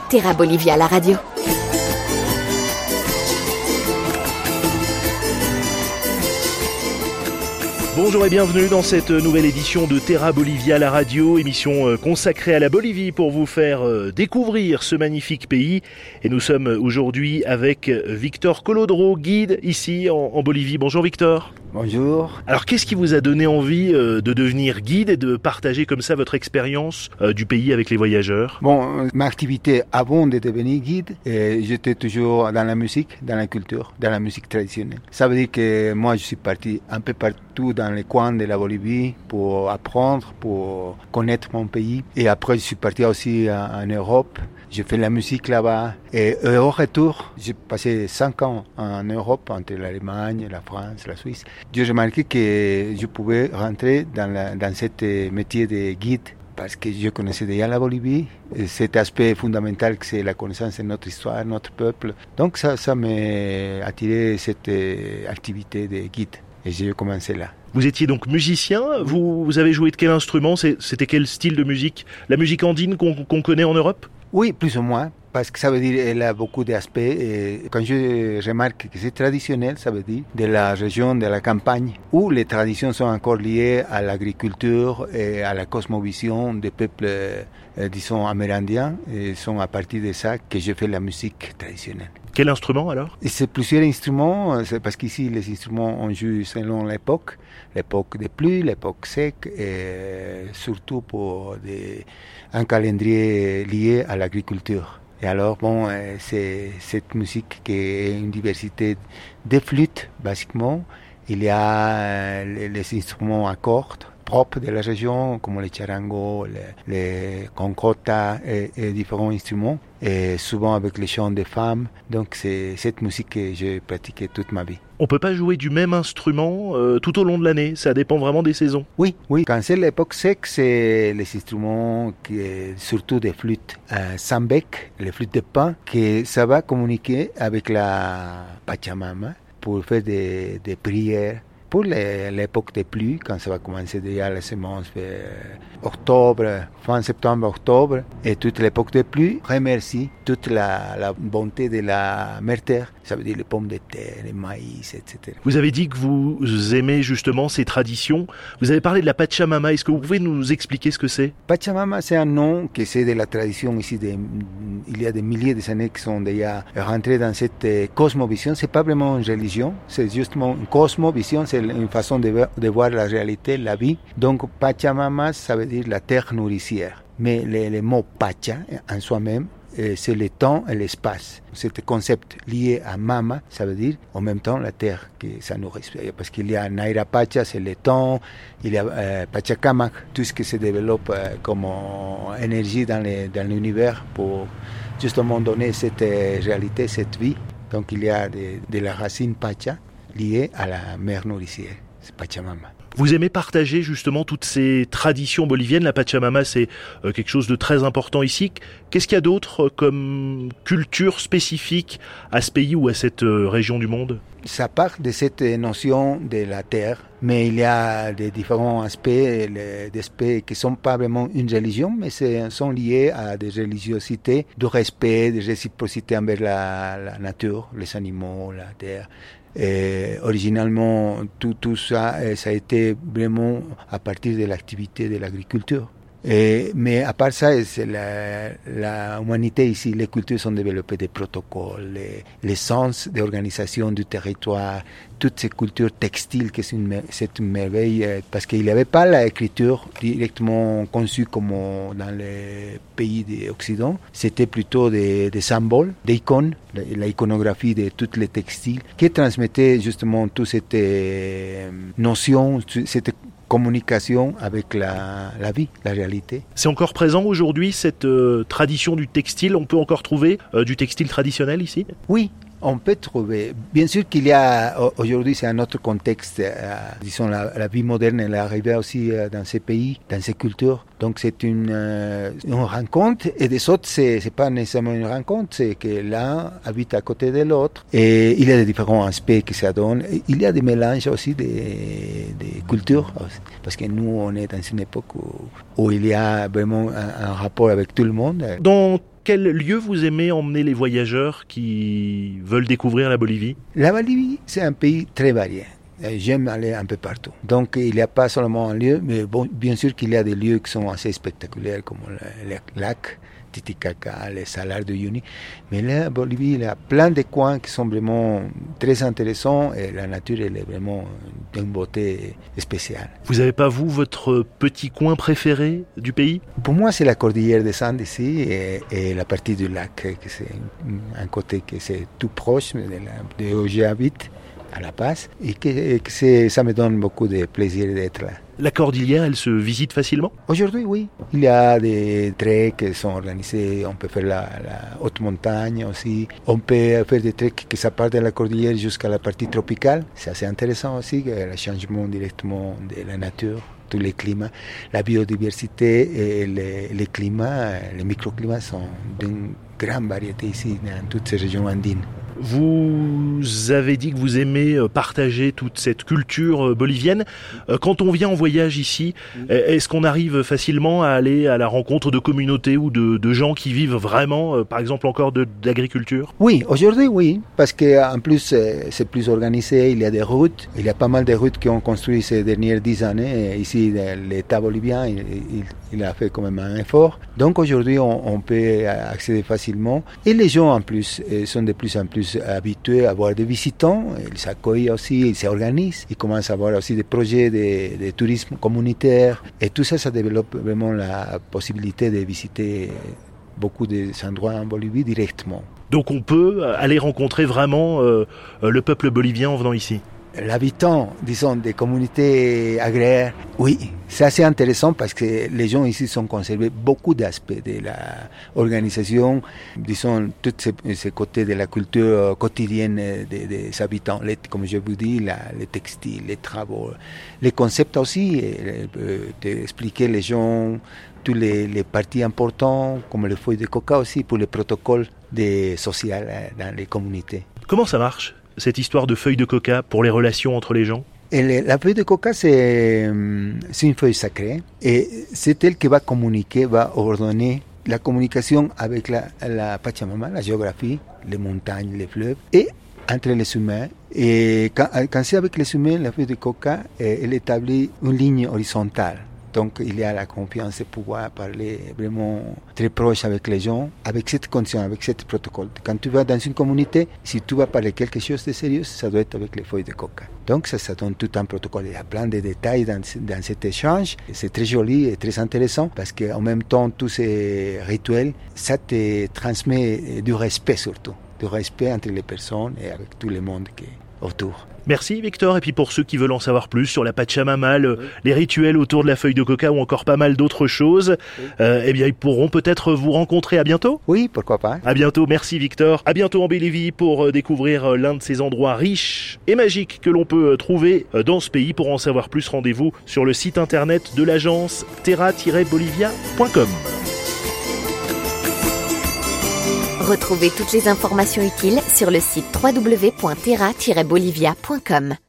Terra Bolivia à la radio. Bonjour et bienvenue dans cette nouvelle édition de Terra Bolivia à la radio, émission consacrée à la Bolivie pour vous faire découvrir ce magnifique pays. Et nous sommes aujourd'hui avec Victor Colodro, guide ici en Bolivie. Bonjour Victor. Bonjour. Alors qu'est-ce qui vous a donné envie de devenir guide et de partager comme ça votre expérience du pays avec les voyageurs ? Bon, ma activité avant de devenir guide, j'étais toujours dans la musique, dans la culture, dans la musique traditionnelle. Ça veut dire que moi je suis parti un peu partout dans les coins de la Bolivie pour apprendre, pour connaître mon pays. Et après je suis parti aussi en Europe. J'ai fait la musique là-bas et au retour, j'ai passé 5 ans en Europe, entre l'Allemagne, la France, la Suisse. J'ai remarqué que je pouvais rentrer dans ce métier de guide parce que je connaissais déjà la Bolivie, et cet aspect fondamental que c'est la connaissance de notre histoire, notre peuple. Donc ça m'a attiré cette activité de guide et j'ai commencé là. Vous étiez donc musicien, vous avez joué de quel instrument, c'était quel style de musique ? La musique andine qu'on connaît en Europe ? Oui, plus ou moins, parce que ça veut dire qu'elle a beaucoup d'aspects. Et quand je remarque que c'est traditionnel, ça veut dire de la région de la campagne, où les traditions sont encore liées à l'agriculture et à la cosmovision des peuples, disons, amérindiens. Et sont à partir de ça que je fais la musique traditionnelle. Quel instrument alors ? Et c'est plusieurs instruments, c'est parce qu'ici les instruments on joue selon l'époque des pluies, l'époque sec, et surtout pour un calendrier lié à l'agriculture. Et alors bon, c'est cette musique qui est une diversité de flûtes basiquement. Il y a les instruments à cordes propres de la région, comme les charangos, les concotas et différents instruments, et souvent avec les chants des femmes. Donc c'est cette musique que j'ai pratiquée toute ma vie. On peut pas jouer du même instrument tout au long de l'année, ça dépend vraiment des saisons. Oui. Quand c'est l'époque sec, c'est les instruments, surtout des flûtes sans bec, les flûtes de pan, que ça va communiquer avec la Pachamama pour faire des prières. Pour l'époque des pluies, quand ça va commencer déjà la semence vers octobre, fin septembre, octobre, et toute l'époque des pluies, remercie toute la bonté de la mère terre. Ça veut dire les pommes de terre, les maïs, etc. Vous avez dit que vous aimez justement ces traditions. Vous avez parlé de la Pachamama. Est-ce que vous pouvez nous expliquer ce que c'est ? Pachamama, c'est un nom qui c'est de la tradition ici. Il y a des milliers d'années qui sont déjà rentrés dans cette cosmovision. C'est pas vraiment une religion, c'est justement une cosmovision. C'est une façon de voir la réalité, la vie. Donc Pachamama, ça veut dire la terre nourricière. Mais le mot Pacha en soi-même, c'est le temps et l'espace. C'est un concept lié à Mama, ça veut dire en même temps la terre que ça nourrit. Parce qu'il y a Naira Pacha, c'est le temps, il y a Pachacamac, tout ce qui se développe comme énergie dans l'univers pour justement donner cette réalité, cette vie. Donc il y a de la racine Pacha liée à la mer nourricière, c'est Pachamama. Vous aimez partager justement toutes ces traditions boliviennes. La Pachamama, c'est quelque chose de très important ici. Qu'est-ce qu'il y a d'autre comme culture spécifique à ce pays ou à cette région du monde ? Ça part de cette notion de la terre, mais il y a des différents aspects, des aspects qui ne sont pas vraiment une religion, mais sont liés à des religiosités, de respect, de réciprocité envers la nature, les animaux, la terre. Et originalement, tout ça, ça a été vraiment à partir de l'activité de l'agriculture. Mais à part ça, c'est la humanité ici, les cultures sont développées des protocoles, les sens d'organisation du territoire, toutes ces cultures textiles, c'est une merveille, parce qu'il n'y avait pas l'écriture directement conçue comme dans les pays d'Occident. C'était plutôt des symboles, des icônes, l'iconographie de tous les textiles, qui transmettaient justement toute cette notion, cette communication avec la vie, la réalité. C'est encore présent aujourd'hui, cette tradition du textile ? On peut encore trouver du textile traditionnel ici ? Oui, on peut trouver. Bien sûr qu'il y a, aujourd'hui c'est un autre contexte, disons la vie moderne, elle est arrivée aussi dans ces pays, dans ces cultures. Donc c'est une rencontre, et des autres c'est pas nécessairement une rencontre, c'est que l'un habite à côté de l'autre, et il y a des différents aspects que ça donne. Il y a des mélanges aussi des cultures, parce que nous on est dans une époque où il y a vraiment un rapport avec tout le monde. Dans quel lieu vous aimez emmener les voyageurs qui veulent découvrir la Bolivie? La Bolivie, c'est un pays très varié. J'aime aller un peu partout. Donc, il n'y a pas seulement un lieu, mais bon, bien sûr qu'il y a des lieux qui sont assez spectaculaires, comme les lacs Titicaca, les salars de Uyuni. Mais la Bolivie, il y a plein de coins qui sont vraiment très intéressants et la nature, elle est vraiment d'une beauté spéciale. Vous n'avez pas, vous, votre petit coin préféré du pays? Pour moi, c'est la cordillère des Andes ici et la partie du lac, que c'est un côté que c'est tout proche de où j'habite, à La Paz, et ça me donne beaucoup de plaisir d'être là. La cordillère, elle se visite facilement? Aujourd'hui, oui. Il y a des treks qui sont organisés. On peut faire la haute montagne aussi. On peut faire des treks qui partent de la cordillère jusqu'à la partie tropicale. C'est assez intéressant aussi, le changement directement de la nature, tous les climats. La biodiversité et les climats, les microclimats sont d'une grande variété ici dans toutes ces régions andines. Vous avez dit que vous aimez partager toute cette culture bolivienne. Quand on vient en voyage ici, est-ce qu'on arrive facilement à aller à la rencontre de communautés ou de gens qui vivent vraiment, par exemple, encore d'agriculture? Oui, aujourd'hui, oui, parce qu'en plus, c'est plus organisé, il y a des routes. Il y a pas mal de routes qui ont construit ces dernières 10 années. Et ici, l'État bolivien, il a fait quand même un effort. Donc aujourd'hui, on peut accéder facilement. Et les gens, en plus, sont de plus en plus habitués à avoir des visitants. Ils s'accueillent aussi, ils s'organisent. Ils commencent à avoir aussi des projets de tourisme communautaire. Et tout ça, ça développe vraiment la possibilité de visiter beaucoup d'endroits en Bolivie directement. Donc on peut aller rencontrer vraiment le peuple bolivien en venant ici? L'habitant, disons, des communautés agraires, oui, c'est assez intéressant parce que les gens ici sont conservés beaucoup d'aspects de l'organisation, disons, tous ces côtés de la culture quotidienne des habitants, comme je vous dis, les textiles, les travaux, les concepts aussi, d'expliquer les gens tous les parties importants, comme les feuilles de coca aussi, pour les protocoles social dans les communautés. Comment ça marche, cette histoire de feuilles de coca pour les relations entre les gens? La feuille de coca, c'est une feuille sacrée et c'est elle qui va communiquer, va ordonner la communication avec la Pachamama, la géographie, les montagnes, les fleuves et entre les humains. Et quand c'est avec les humains, la feuille de coca, elle établit une ligne horizontale. Donc, il y a la confiance de pouvoir parler vraiment très proche avec les gens, avec cette condition, avec ce protocole. Quand tu vas dans une communauté, si tu vas parler quelque chose de sérieux, ça doit être avec les feuilles de coca. Donc, ça donne tout un protocole. Il y a plein de détails dans cet échange. C'est très joli et très intéressant parce qu'en même temps, tous ces rituels, ça te transmet du respect surtout. Du respect entre les personnes et avec tout le monde qui est autour. Merci Victor, et puis pour ceux qui veulent en savoir plus sur la Pachamama, les rituels autour de la feuille de coca ou encore pas mal d'autres choses, eh bien ils pourront peut-être vous rencontrer. À bientôt. Oui, pourquoi pas. À bientôt, merci Victor. À bientôt en Bolivie pour découvrir l'un de ces endroits riches et magiques que l'on peut trouver dans ce pays. Pour en savoir plus, rendez-vous sur le site internet de l'agence terra-bolivia.com. Retrouvez toutes les informations utiles sur le site www.terra-bolivia.com.